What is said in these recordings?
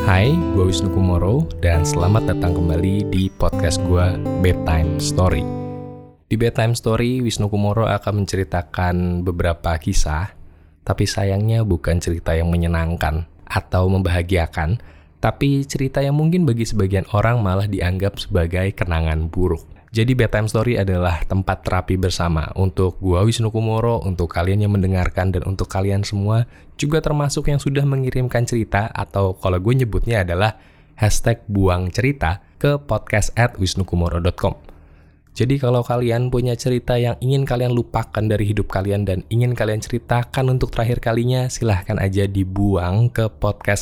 Hai, gue Wisnu Kumoro dan selamat datang kembali di podcast gue Bedtime Story. Di Bedtime Story, Wisnu Kumoro akan menceritakan beberapa kisah, tapi sayangnya bukan cerita yang menyenangkan atau membahagiakan, tapi cerita yang mungkin bagi sebagian orang malah dianggap sebagai kenangan buruk. Jadi Bedtime Story adalah tempat terapi bersama untuk gua Wisnu Kumoro, untuk kalian yang mendengarkan, dan untuk kalian semua, juga termasuk yang sudah mengirimkan cerita, atau kalau gue nyebutnya adalah #buangcerita ke podcast@wisnukumoro.com. Jadi kalau kalian punya cerita yang ingin kalian lupakan dari hidup kalian dan ingin kalian ceritakan untuk terakhir kalinya, silahkan aja dibuang ke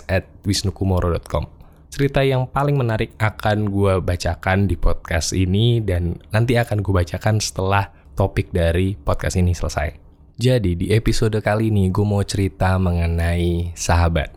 podcast@wisnukumoro.com. Cerita yang paling menarik akan gue bacakan di podcast ini dan nanti akan gue bacakan setelah topik dari podcast ini selesai. Jadi di episode kali ini gue mau cerita mengenai sahabat.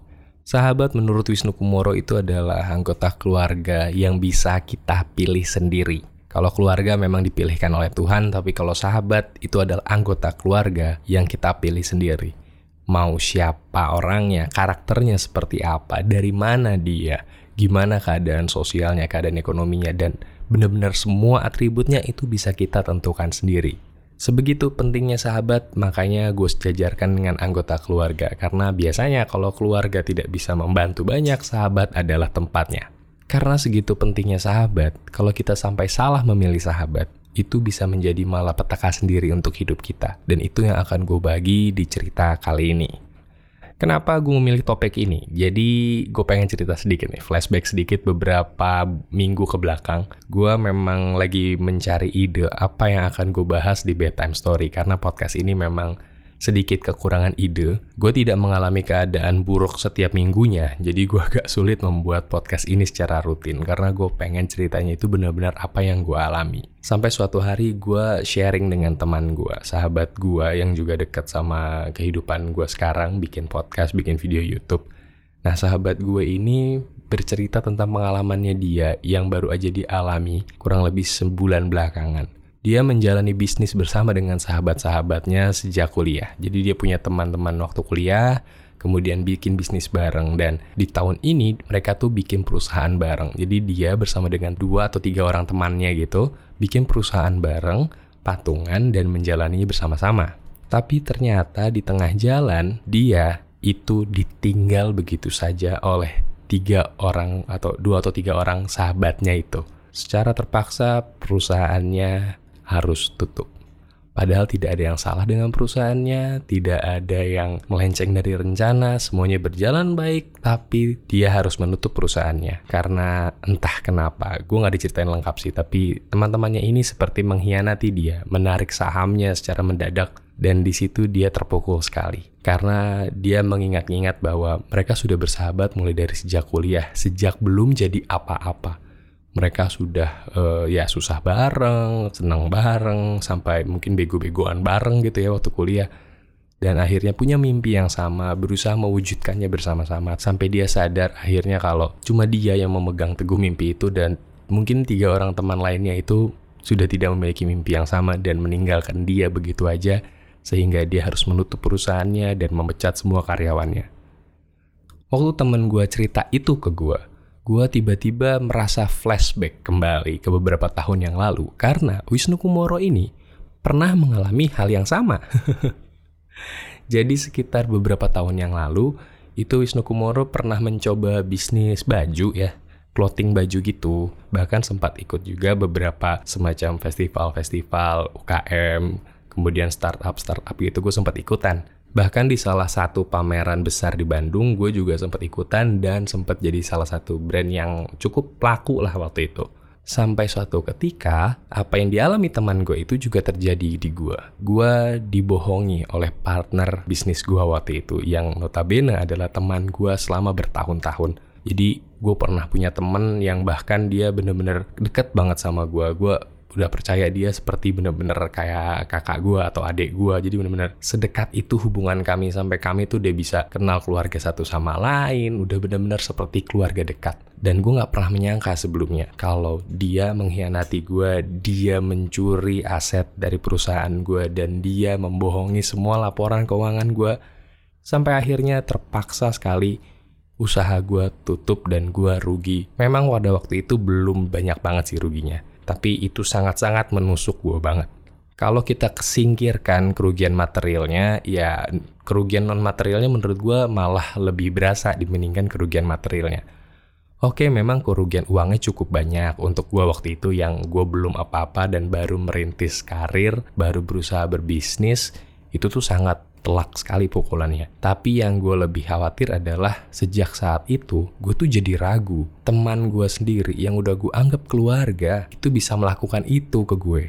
Sahabat menurut Wisnu Kumoro itu adalah anggota keluarga yang bisa kita pilih sendiri. Kalau keluarga memang dipilihkan oleh Tuhan, tapi kalau sahabat itu adalah anggota keluarga yang kita pilih sendiri. Mau siapa orangnya, karakternya seperti apa, dari mana dia, gimana keadaan sosialnya, keadaan ekonominya, dan benar-benar semua atributnya itu bisa kita tentukan sendiri. Sebegitu pentingnya sahabat, makanya gue sejajarkan dengan anggota keluarga, karena biasanya kalau keluarga tidak bisa membantu banyak, sahabat adalah tempatnya. Karena segitu pentingnya sahabat, kalau kita sampai salah memilih sahabat, itu bisa menjadi malapetaka sendiri untuk hidup kita. Dan itu yang akan gue bagi di cerita kali ini. Kenapa gue memilih topik ini? Jadi gue pengen cerita sedikit nih, flashback sedikit beberapa minggu ke belakang. Gue memang lagi mencari ide apa yang akan gue bahas di Bedtime Story. Karena podcast ini memang sedikit kekurangan ide. Gue tidak mengalami keadaan buruk setiap minggunya, jadi gue agak sulit membuat podcast ini secara rutin karena gue pengen ceritanya itu benar-benar apa yang gue alami. Sampai suatu hari gue sharing dengan teman gue, sahabat gue yang juga dekat sama kehidupan gue sekarang, bikin podcast, bikin video YouTube. Nah, sahabat gue ini bercerita tentang pengalamannya dia yang baru aja dialami kurang lebih sebulan belakangan. Dia menjalani bisnis bersama dengan sahabat-sahabatnya sejak kuliah. Jadi dia punya teman-teman waktu kuliah, kemudian bikin bisnis bareng. Dan di tahun ini mereka tuh bikin perusahaan bareng. Jadi dia bersama dengan 2 atau 3 orang temannya gitu, bikin perusahaan bareng, patungan, dan menjalaninya bersama-sama. Tapi ternyata di tengah jalan, dia itu ditinggal begitu saja oleh 3 orang atau 2 atau 3 orang sahabatnya itu. Secara terpaksa perusahaannya harus tutup. Padahal tidak ada yang salah dengan perusahaannya, tidak ada yang melenceng dari rencana, semuanya berjalan baik, tapi dia harus menutup perusahaannya. Karena entah kenapa, gue gak diceritain lengkap sih, tapi teman-temannya ini seperti mengkhianati dia, menarik sahamnya secara mendadak, dan di situ dia terpukul sekali. Karena dia mengingat-ingat bahwa mereka sudah bersahabat mulai dari sejak kuliah, sejak belum jadi apa-apa. Mereka sudah susah bareng, senang bareng, sampai mungkin bego-begoan bareng gitu ya waktu kuliah. Dan akhirnya punya mimpi yang sama, berusaha mewujudkannya bersama-sama. Sampai dia sadar akhirnya kalau cuma dia yang memegang teguh mimpi itu dan mungkin 3 orang teman lainnya itu sudah tidak memiliki mimpi yang sama dan meninggalkan dia begitu aja. Sehingga dia harus menutup perusahaannya dan memecat semua karyawannya. Waktu temen gue cerita itu ke gue tiba-tiba merasa flashback kembali ke beberapa tahun yang lalu karena Wisnu Kumoro ini pernah mengalami hal yang sama. Jadi sekitar beberapa tahun yang lalu itu Wisnu Kumoro pernah mencoba bisnis baju ya, clothing baju gitu. Bahkan sempat ikut juga beberapa semacam festival-festival UKM, kemudian startup gitu gue sempat ikutan. Bahkan di salah satu pameran besar di Bandung, gue juga sempat ikutan dan sempat jadi salah satu brand yang cukup laku lah waktu itu. Sampai suatu ketika, apa yang dialami teman gue itu juga terjadi di gue. Gue dibohongi oleh partner bisnis gue waktu itu, yang notabene adalah teman gue selama bertahun-tahun. Jadi gue pernah punya teman yang bahkan dia bener-bener deket banget sama gue. Gue udah percaya dia seperti bener-bener kayak kakak gue atau adik gue. Jadi bener-bener sedekat itu hubungan kami sampai kami tuh udah bisa kenal keluarga satu sama lain. Udah bener-bener seperti keluarga dekat. Dan gue gak pernah menyangka sebelumnya kalau dia mengkhianati gue, dia mencuri aset dari perusahaan gue, dan dia membohongi semua laporan keuangan gue. Sampai akhirnya terpaksa sekali usaha gue tutup dan gue rugi. Memang pada waktu itu belum banyak banget sih ruginya, tapi itu sangat-sangat menusuk gue banget. Kalau kita kesingkirkan kerugian materialnya, ya kerugian non-materialnya menurut gue malah lebih berasa dibandingkan kerugian materialnya. Oke, memang kerugian uangnya cukup banyak untuk gue waktu itu yang gue belum apa-apa dan baru merintis karir, baru berusaha berbisnis, itu tuh sangat telak sekali pukulannya. Tapi yang gue lebih khawatir adalah sejak saat itu, gue tuh jadi ragu. Teman gue sendiri yang udah gue anggap keluarga, itu bisa melakukan itu ke gue.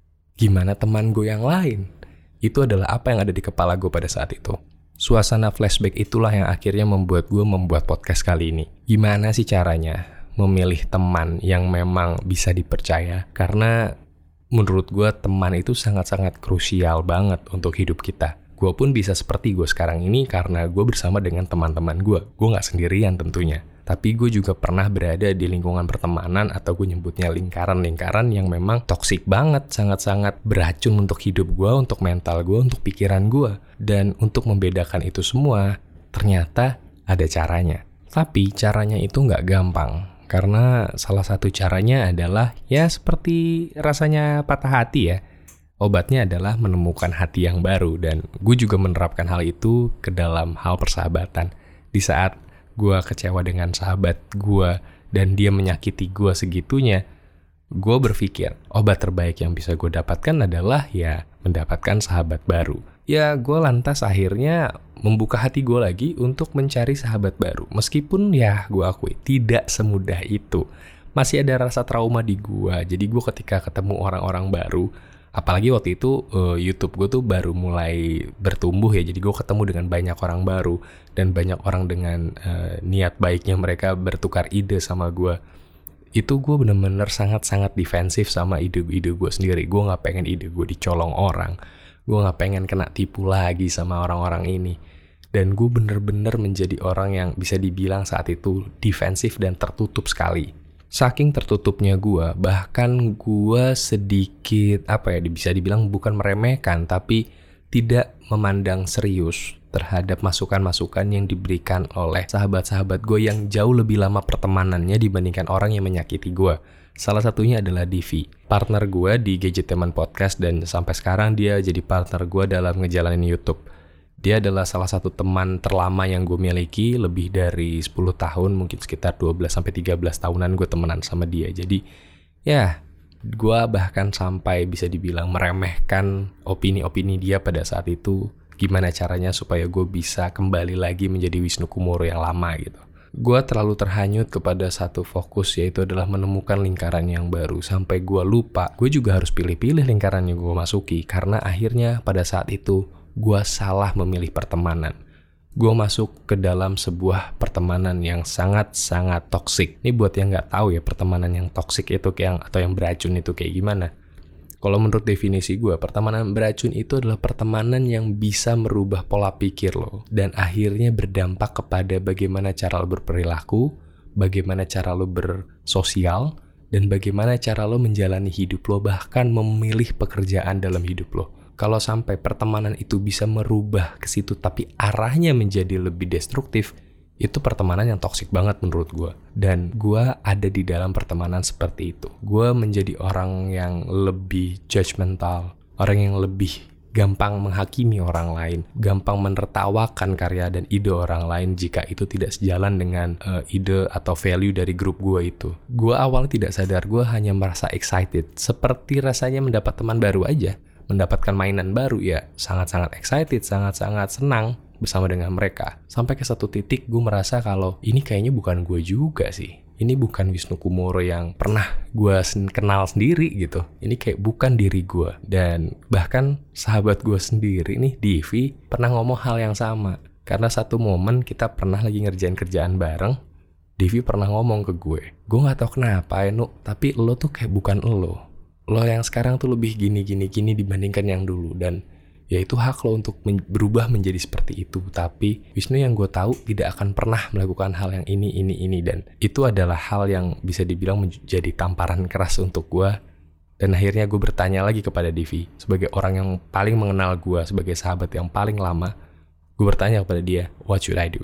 Gimana teman gue yang lain? Itu adalah apa yang ada di kepala gue pada saat itu. Suasana flashback itulah yang akhirnya membuat gue membuat podcast kali ini. Gimana sih caranya memilih teman yang memang bisa dipercaya? Karena menurut gue teman itu sangat-sangat krusial banget untuk hidup kita. Gue pun bisa seperti gue sekarang ini karena gue bersama dengan teman-teman gue. Gue gak sendirian tentunya. Tapi gue juga pernah berada di lingkungan pertemanan atau gue nyebutnya lingkaran-lingkaran yang memang toksik banget, sangat-sangat beracun untuk hidup gue, untuk mental gue, untuk pikiran gue. Dan untuk membedakan itu semua, ternyata ada caranya. Tapi caranya itu nggak gampang. Karena salah satu caranya adalah ya seperti rasanya patah hati ya. Obatnya adalah menemukan hati yang baru. Dan gue juga menerapkan hal itu ke dalam hal persahabatan. Di saat gue kecewa dengan sahabat gue dan dia menyakiti gue segitunya, gue berpikir obat terbaik yang bisa gue dapatkan adalah ya mendapatkan sahabat baru. Ya gue lantas akhirnya membuka hati gue lagi untuk mencari sahabat baru. Meskipun ya gue akui tidak semudah itu. Masih ada rasa trauma di gue. Jadi gue ketika ketemu orang-orang baru, apalagi waktu itu YouTube gue tuh baru mulai bertumbuh ya. Jadi gue ketemu dengan banyak orang baru. Dan banyak orang dengan niat baiknya mereka bertukar ide sama gue. Itu gue bener-bener sangat-sangat defensif sama ide-ide gue sendiri. Gue gak pengen ide gue dicolong orang. Gue gak pengen kena tipu lagi sama orang-orang ini. Dan gue bener-bener menjadi orang yang bisa dibilang saat itu defensif dan tertutup sekali. Saking tertutupnya gue, bahkan gue sedikit, bisa dibilang bukan meremehkan, tapi tidak memandang serius terhadap masukan-masukan yang diberikan oleh sahabat-sahabat gue yang jauh lebih lama pertemanannya dibandingkan orang yang menyakiti gue. Salah satunya adalah Divi, partner gue di Gadgetainment Podcast, dan sampai sekarang dia jadi partner gue dalam ngejalanin YouTube. Dia adalah salah satu teman terlama yang gue miliki, lebih dari 10 tahun, mungkin sekitar 12-13 tahunan gue temenan sama dia. Jadi ya, gue bahkan sampai bisa dibilang meremehkan opini-opini dia pada saat itu. Gimana caranya supaya gue bisa kembali lagi menjadi Wisnu Kumoro yang lama gitu. Gue terlalu terhanyut kepada satu fokus, yaitu adalah menemukan lingkaran yang baru. Sampai gue lupa, gue juga harus pilih-pilih lingkaran yang gue masuki. Karena akhirnya pada saat itu, gue salah memilih pertemanan. Gue masuk ke dalam sebuah pertemanan yang sangat-sangat toksik. Ini buat yang gak tahu ya, pertemanan yang toksik itu atau yang beracun itu kayak gimana. Kalau menurut definisi gue, pertemanan beracun itu adalah pertemanan yang bisa merubah pola pikir lo. Dan akhirnya berdampak kepada bagaimana cara lo berperilaku, bagaimana cara lo bersosial, dan bagaimana cara lo menjalani hidup lo, bahkan memilih pekerjaan dalam hidup lo. Kalau sampai pertemanan itu bisa merubah ke situ, tapi arahnya menjadi lebih destruktif, itu pertemanan yang toksik banget menurut gue. Dan gue ada di dalam pertemanan seperti itu. Gue menjadi orang yang lebih judgmental, orang yang lebih gampang menghakimi orang lain, gampang menertawakan karya dan ide orang lain jika itu tidak sejalan dengan ide atau value dari grup gue itu. Gue awalnya tidak sadar, gue hanya merasa excited, seperti rasanya mendapat teman baru aja. Mendapatkan mainan baru ya sangat-sangat excited, sangat-sangat senang bersama dengan mereka. Sampai ke satu titik gue merasa kalau ini kayaknya bukan gue juga sih. Ini bukan Wisnu Kumoro yang pernah gue kenal sendiri gitu. Ini kayak bukan diri gue. Dan bahkan sahabat gue sendiri nih, Divi, pernah ngomong hal yang sama. Karena satu momen kita pernah lagi ngerjain kerjaan bareng, Divi pernah ngomong ke gue gak tahu kenapa ya Nuk, tapi lo tuh kayak bukan lo yang sekarang tuh lebih gini dibandingkan yang dulu. Dan ya itu hak lo untuk berubah menjadi seperti itu. Tapi Wisnu yang gue tahu tidak akan pernah melakukan hal yang ini. Dan itu adalah hal yang bisa dibilang menjadi tamparan keras untuk gue. Dan akhirnya gue bertanya lagi kepada Divi, sebagai orang yang paling mengenal gue, sebagai sahabat yang paling lama, gue bertanya kepada dia, what should I do?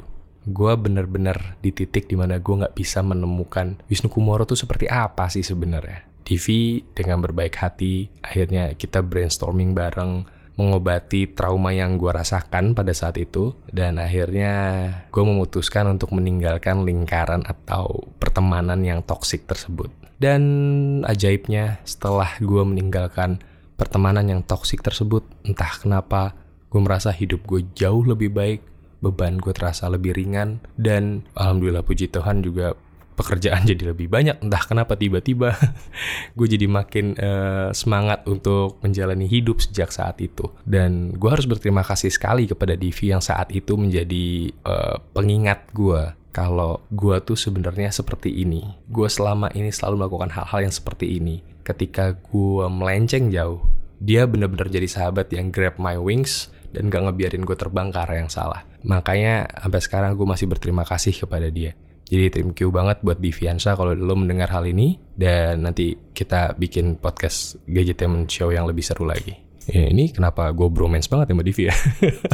gue bener-bener di titik dimana gue gak bisa menemukan Wisnu Kumoro tuh seperti apa sih sebenarnya. Divi dengan berbaik hati, akhirnya kita brainstorming bareng, mengobati trauma yang gue rasakan pada saat itu. Dan akhirnya gue memutuskan untuk meninggalkan lingkaran atau pertemanan yang toksik tersebut. Dan ajaibnya setelah gue meninggalkan pertemanan yang toksik tersebut, entah kenapa gue merasa hidup gue jauh lebih baik, beban gue terasa lebih ringan, dan alhamdulillah puji Tuhan juga pekerjaan jadi lebih banyak. Entah kenapa tiba-tiba gue jadi makin semangat untuk menjalani hidup sejak saat itu. Dan gue harus berterima kasih sekali kepada Divi yang saat itu menjadi pengingat gue kalau gue tuh sebenarnya seperti ini. Gue selama ini selalu melakukan hal-hal yang seperti ini. Ketika gue melenceng jauh, dia benar-benar jadi sahabat yang grab my wings dan gak ngebiarin gue terbang ke arah yang salah. Makanya sampai sekarang gue masih berterima kasih kepada dia. Jadi thank you banget buat Diviansa kalau lo mendengar hal ini. Dan nanti kita bikin podcast Gadgetainment Show yang lebih seru lagi. Ya, ini kenapa gue bromance banget sama Divi ya.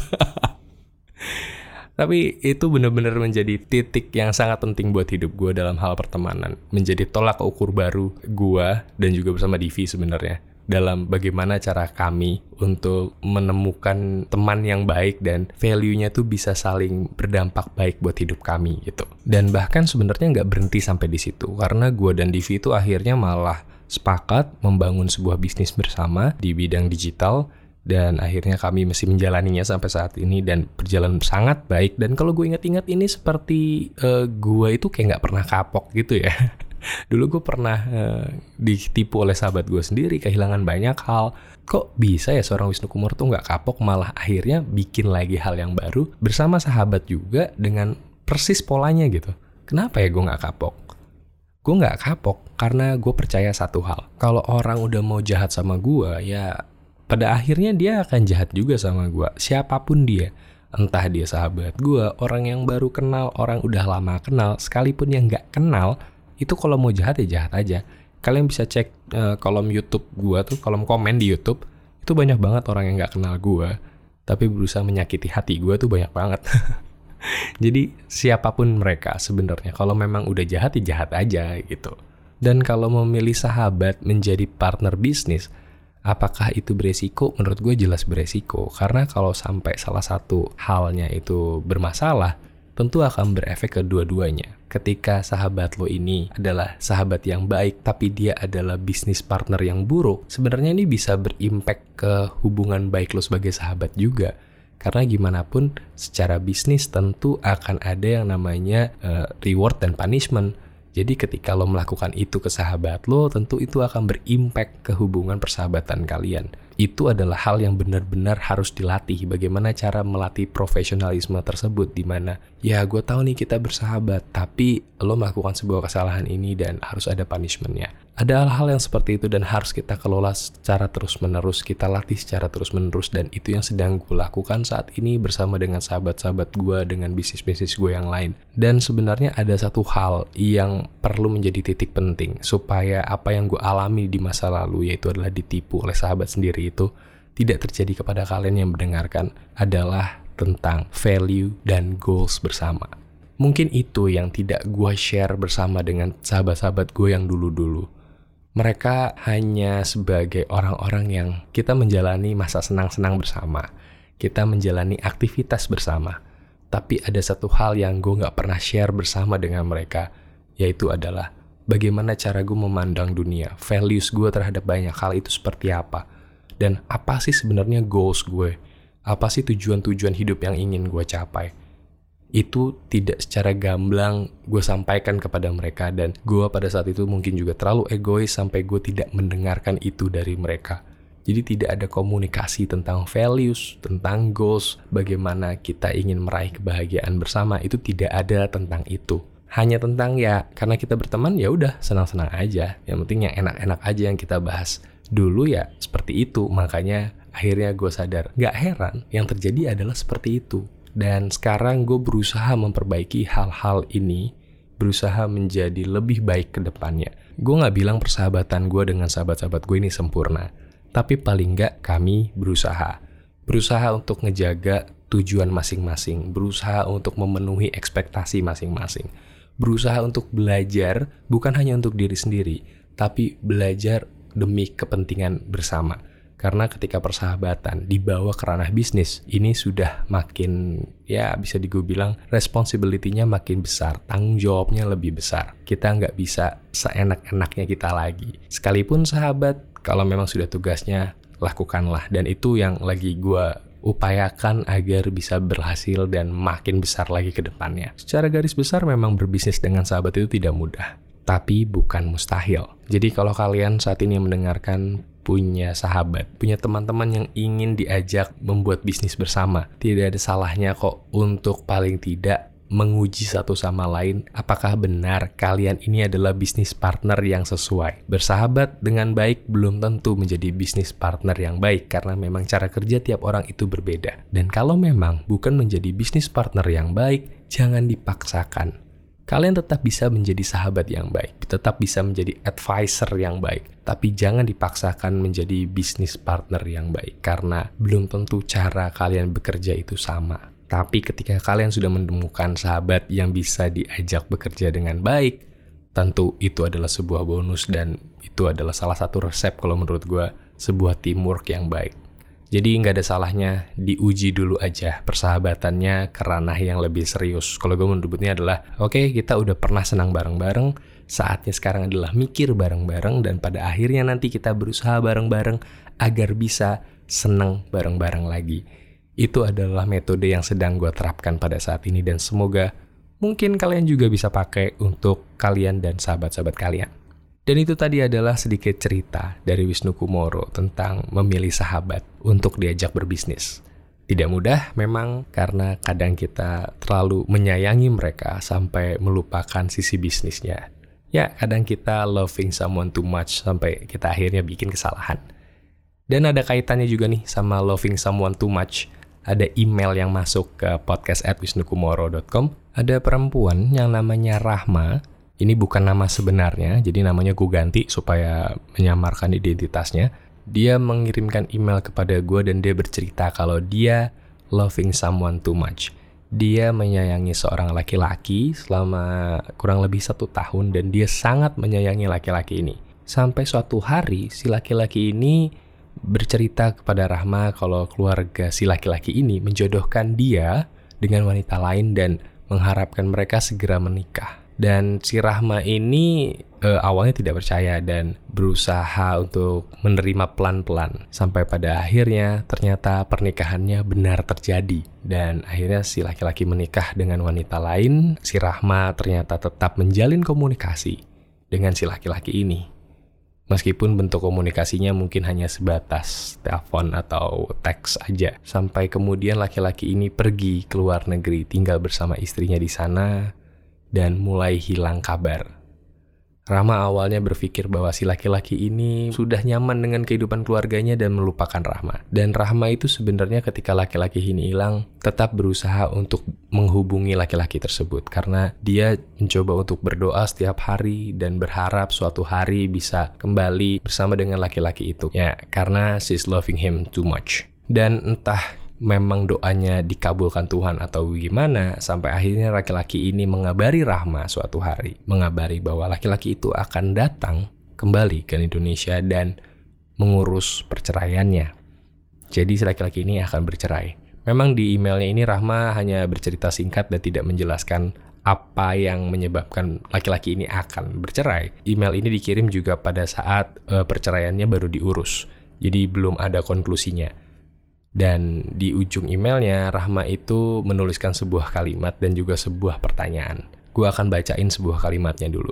Tapi itu benar-benar menjadi titik yang sangat penting buat hidup gue dalam hal pertemanan. Menjadi tolak ukur baru gue dan juga bersama Divi sebenarnya. Dalam bagaimana cara kami untuk menemukan teman yang baik dan value-nya tuh bisa saling berdampak baik buat hidup kami gitu. Dan bahkan sebenarnya nggak berhenti sampai di situ, karena gue dan Divi itu akhirnya malah sepakat membangun sebuah bisnis bersama di bidang digital. Dan akhirnya kami masih menjalaninya sampai saat ini dan berjalan sangat baik. Dan kalau gue ingat-ingat ini seperti gue itu kayak nggak pernah kapok gitu ya. Dulu gue pernah ditipu oleh sahabat gue sendiri, kehilangan banyak hal. Kok bisa ya seorang Wisnu Kumoro tuh gak kapok, malah akhirnya bikin lagi hal yang baru bersama sahabat juga dengan persis polanya gitu. Kenapa ya gue gak kapok? Gue gak kapok karena gue percaya satu hal. Kalau orang udah mau jahat sama gue, ya pada akhirnya dia akan jahat juga sama gue. Siapapun dia. Entah dia sahabat gue, orang yang baru kenal, orang udah lama kenal, sekalipun yang gak kenal, itu kalau mau jahat ya jahat aja. Kalian bisa cek kolom YouTube gue tuh, kolom komen di YouTube. Itu banyak banget orang yang gak kenal gue, tapi berusaha menyakiti hati gue tuh banyak banget. Jadi siapapun mereka sebenarnya, kalau memang udah jahat ya jahat aja gitu. Dan kalau memilih sahabat menjadi partner bisnis, apakah itu beresiko? Menurut gue jelas beresiko. Karena kalau sampai salah satu halnya itu bermasalah, tentu akan berefek ke dua-duanya. Ketika sahabat lo ini adalah sahabat yang baik, tapi dia adalah bisnis partner yang buruk, sebenarnya ini bisa berimpact ke hubungan baik lo sebagai sahabat juga. Karena gimana pun, secara bisnis tentu akan ada yang namanya reward dan punishment. Jadi ketika lo melakukan itu ke sahabat lo, tentu itu akan berimpact ke hubungan persahabatan kalian. Itu adalah hal yang benar-benar harus dilatih. Bagaimana cara melatih profesionalisme tersebut, di mana ya gue tahu nih kita bersahabat, tapi lo melakukan sebuah kesalahan ini dan harus ada punishment-nya. Ada hal-hal yang seperti itu dan harus kita kelola secara terus-menerus, kita latih secara terus-menerus, dan itu yang sedang gue lakukan saat ini bersama dengan sahabat-sahabat gue, dengan bisnis-bisnis gue yang lain. Dan sebenarnya ada satu hal yang perlu menjadi titik penting supaya apa yang gue alami di masa lalu, yaitu adalah ditipu oleh sahabat sendiri, itu tidak terjadi kepada kalian yang mendengarkan, adalah tentang value dan goals bersama. Mungkin itu yang tidak gue share bersama dengan sahabat-sahabat gue yang dulu-dulu. Mereka hanya sebagai orang-orang yang kita menjalani masa senang-senang bersama. Kita menjalani aktivitas bersama. Tapi ada satu hal yang gue gak pernah share bersama dengan mereka, yaitu adalah bagaimana cara gue memandang dunia. Values gue terhadap banyak hal itu seperti apa. Dan apa sih sebenarnya goals gue? Apa sih tujuan-tujuan hidup yang ingin gue capai? Itu tidak secara gamblang gue sampaikan kepada mereka, dan gue pada saat itu mungkin juga terlalu egois sampai gue tidak mendengarkan itu dari mereka. Jadi tidak ada komunikasi tentang values, tentang goals, bagaimana kita ingin meraih kebahagiaan bersama, itu tidak ada tentang itu. Hanya tentang ya karena kita berteman ya udah senang-senang aja, yang penting yang enak-enak aja yang kita bahas. Dulu ya seperti itu, makanya akhirnya gue sadar, gak heran yang terjadi adalah seperti itu. Dan sekarang gue berusaha memperbaiki hal-hal ini, berusaha menjadi lebih baik ke depannya. Gue gak bilang persahabatan gue dengan sahabat-sahabat gue ini sempurna, tapi paling gak kami berusaha untuk ngejaga tujuan masing-masing, berusaha untuk memenuhi ekspektasi masing-masing, berusaha untuk belajar bukan hanya untuk diri sendiri, tapi belajar demi kepentingan bersama. Karena ketika persahabatan dibawa ke ranah bisnis, ini sudah makin, bisa bilang responsibility-nya makin besar, tanggung jawabnya lebih besar. Kita nggak bisa seenak-enaknya kita lagi. Sekalipun sahabat, kalau memang sudah tugasnya, lakukanlah. Dan itu yang lagi gue upayakan agar bisa berhasil dan makin besar lagi ke depannya. Secara garis besar memang berbisnis dengan sahabat itu tidak mudah, tapi bukan mustahil. Jadi kalau kalian saat ini mendengarkan punya sahabat, punya teman-teman yang ingin diajak membuat bisnis bersama, tidak ada salahnya kok untuk paling tidak menguji satu sama lain apakah benar kalian ini adalah bisnis partner yang sesuai. Bersahabat dengan baik belum tentu menjadi bisnis partner yang baik karena memang cara kerja tiap orang itu berbeda. Dan kalau memang bukan menjadi bisnis partner yang baik, jangan dipaksakan. Kalian tetap bisa menjadi sahabat yang baik, tetap bisa menjadi advisor yang baik, tapi jangan dipaksakan menjadi bisnis partner yang baik karena belum tentu cara kalian bekerja itu sama. Tapi ketika kalian sudah menemukan sahabat yang bisa diajak bekerja dengan baik, tentu itu adalah sebuah bonus dan itu adalah salah satu resep kalau menurut gue sebuah teamwork yang baik. Jadi nggak ada salahnya diuji dulu aja persahabatannya ke ranah yang lebih serius. Kalau gue menyebutnya adalah, oke, kita udah pernah senang bareng-bareng, saatnya sekarang adalah mikir bareng-bareng dan pada akhirnya nanti kita berusaha bareng-bareng agar bisa senang bareng-bareng lagi. Itu adalah metode yang sedang gue terapkan pada saat ini dan semoga mungkin kalian juga bisa pakai untuk kalian dan sahabat-sahabat kalian. Dan itu tadi adalah sedikit cerita dari Wisnu Kumoro tentang memilih sahabat untuk diajak berbisnis. Tidak mudah memang karena kadang kita terlalu menyayangi mereka sampai melupakan sisi bisnisnya. Ya, kadang kita loving someone too much sampai kita akhirnya bikin kesalahan. Dan ada kaitannya juga nih sama loving someone too much. Ada email yang masuk ke podcast@wisnukumoro.com. Ada perempuan yang namanya Rahma. Ini bukan nama sebenarnya, jadi namanya gue ganti supaya menyamarkan identitasnya. Dia mengirimkan email kepada gue dan dia bercerita kalau dia loving someone too much. Dia menyayangi seorang laki-laki selama kurang lebih 1 tahun dan dia sangat menyayangi laki-laki ini. Sampai suatu hari si laki-laki ini bercerita kepada Rahma kalau keluarga si laki-laki ini menjodohkan dia dengan wanita lain dan mengharapkan mereka segera menikah. Dan si Rahma ini awalnya tidak percaya dan berusaha untuk menerima pelan-pelan. Sampai pada akhirnya ternyata pernikahannya benar terjadi. Dan akhirnya si laki-laki menikah dengan wanita lain. Si Rahma ternyata tetap menjalin komunikasi dengan si laki-laki ini. Meskipun bentuk komunikasinya mungkin hanya sebatas telepon atau teks aja. Sampai kemudian laki-laki ini pergi ke luar negeri, tinggal bersama istrinya di sana, dan mulai hilang kabar. Rahma awalnya berpikir bahwa si laki-laki ini sudah nyaman dengan kehidupan keluarganya dan melupakan Rahma. Dan Rahma itu sebenarnya ketika laki-laki ini hilang, tetap berusaha untuk menghubungi laki-laki tersebut. Karena dia mencoba untuk berdoa setiap hari dan berharap suatu hari bisa kembali bersama dengan laki-laki itu. Ya, karena she's loving him too much. Dan entah memang doanya dikabulkan Tuhan atau gimana, sampai akhirnya laki-laki ini mengabari Rahma suatu hari, mengabari bahwa laki-laki itu akan datang kembali ke Indonesia dan mengurus perceraiannya. Jadi si laki-laki ini akan bercerai. Memang di emailnya ini Rahma hanya bercerita singkat dan tidak menjelaskan apa yang menyebabkan laki-laki ini akan bercerai. Email ini dikirim juga pada saat perceraiannya baru diurus, jadi belum ada konklusinya. Dan di ujung emailnya, Rahma itu menuliskan sebuah kalimat dan juga sebuah pertanyaan. Gue akan bacain sebuah kalimatnya dulu.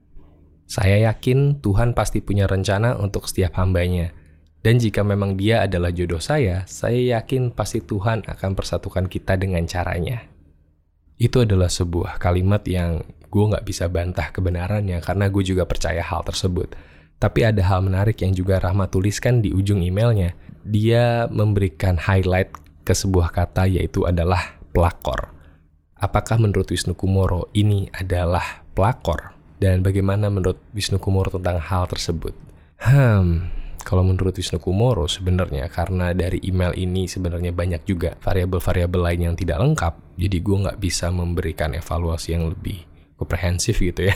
Saya yakin Tuhan pasti punya rencana untuk setiap hambanya. Dan jika memang dia adalah jodoh saya yakin pasti Tuhan akan persatukan kita dengan caranya. Itu adalah sebuah kalimat yang gue gak bisa bantah kebenarannya karena gue juga percaya hal tersebut. Tapi ada hal menarik yang juga Rahma tuliskan di ujung emailnya. Dia memberikan highlight ke sebuah kata yaitu adalah pelakor. Apakah menurut Wisnu Kumoro ini adalah pelakor? Dan bagaimana menurut Wisnu Kumoro tentang hal tersebut? Kalau menurut Wisnu Kumoro sebenarnya karena dari email ini sebenarnya banyak juga variabel-variabel lain yang tidak lengkap, jadi gue nggak bisa memberikan evaluasi yang lebih komprehensif gitu ya.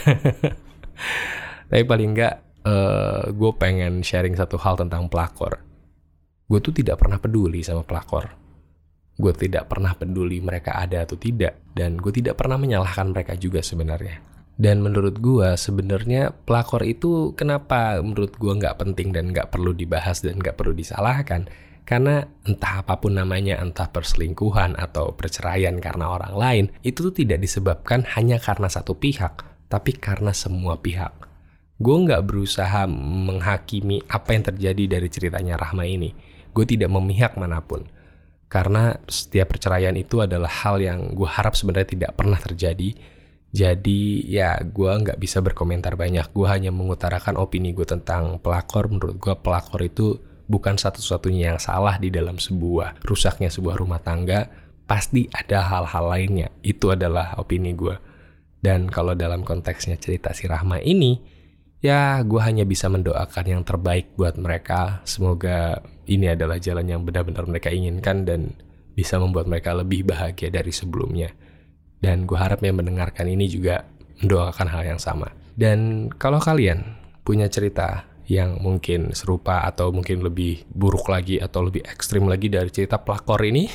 Tapi paling nggak gue pengen sharing satu hal tentang pelakor. Gue tuh tidak pernah peduli sama pelakor. Gue tidak pernah peduli mereka ada atau tidak, dan gue tidak pernah menyalahkan mereka juga sebenarnya. Dan menurut gue sebenarnya pelakor itu kenapa menurut gue nggak penting dan nggak perlu dibahas dan nggak perlu disalahkan. Karena entah apapun namanya, entah perselingkuhan atau perceraian karena orang lain, itu tuh tidak disebabkan hanya karena satu pihak, tapi karena semua pihak. Gue nggak berusaha menghakimi apa yang terjadi dari ceritanya Rahma ini. Gue tidak memihak manapun. Karena setiap perceraian itu adalah hal yang gue harap sebenarnya tidak pernah terjadi. Jadi ya gue nggak bisa berkomentar banyak. Gue hanya mengutarakan opini gue tentang pelakor. Menurut gue pelakor itu bukan satu-satunya yang salah di dalam rusaknya sebuah rumah tangga. Pasti ada hal-hal lainnya. Itu adalah opini gue. Dan kalau dalam konteksnya cerita si Rahma ini, ya gue hanya bisa mendoakan yang terbaik buat mereka. Semoga ini adalah jalan yang benar-benar mereka inginkan dan bisa membuat mereka lebih bahagia dari sebelumnya. Dan gue harap yang mendengarkan ini juga mendoakan hal yang sama. Dan kalau kalian punya cerita yang mungkin serupa atau mungkin lebih buruk lagi atau lebih ekstrim lagi dari cerita pelakor ini,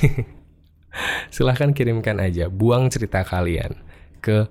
silahkan kirimkan aja, buang cerita kalian ke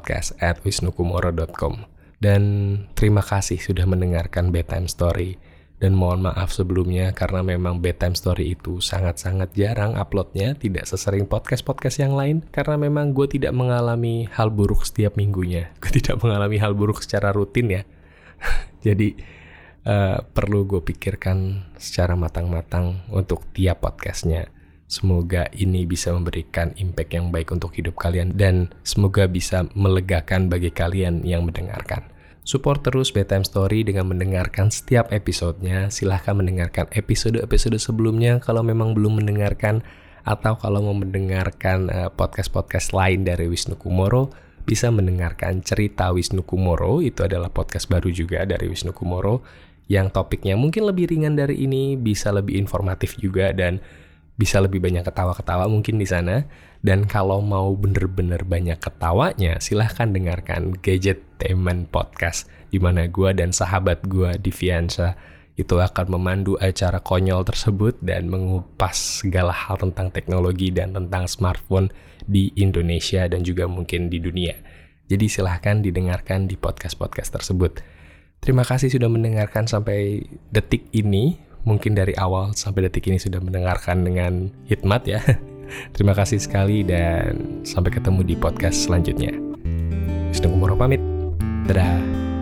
podcast@wisnukumoro.com. Dan terima kasih sudah mendengarkan Bedtime Story. Dan mohon maaf sebelumnya karena memang Bedtime Story itu sangat-sangat jarang uploadnya, tidak sesering podcast-podcast yang lain. Karena memang gue tidak mengalami hal buruk setiap minggunya. Gue tidak mengalami hal buruk secara rutin ya. Jadi perlu gue pikirkan secara matang-matang untuk tiap podcastnya. Semoga ini bisa memberikan impact yang baik untuk hidup kalian dan semoga bisa melegakan bagi kalian yang mendengarkan. Support terus Bedtime Story dengan mendengarkan setiap episodenya. Silahkan mendengarkan episode-episode sebelumnya kalau memang belum mendengarkan, atau kalau mau mendengarkan podcast-podcast lain dari Wisnu Kumoro, bisa mendengarkan Cerita Wisnu Kumoro. Itu adalah podcast baru juga dari Wisnu Kumoro yang topiknya mungkin lebih ringan dari ini, bisa lebih informatif juga dan bisa lebih banyak ketawa-ketawa mungkin di sana. Dan kalau mau bener-bener banyak ketawanya, silahkan dengarkan Gadgetainment Podcast, di mana gue dan sahabat gue Diviansa itu akan memandu acara konyol tersebut dan mengupas segala hal tentang teknologi dan tentang smartphone di Indonesia dan juga mungkin di dunia. Jadi silahkan didengarkan di podcast-podcast tersebut. Terima kasih sudah mendengarkan sampai detik ini. Mungkin dari awal sampai detik ini sudah mendengarkan dengan hikmat ya. Terima kasih sekali dan sampai ketemu di podcast selanjutnya. Wisnu Kumoro pamit. Dadah.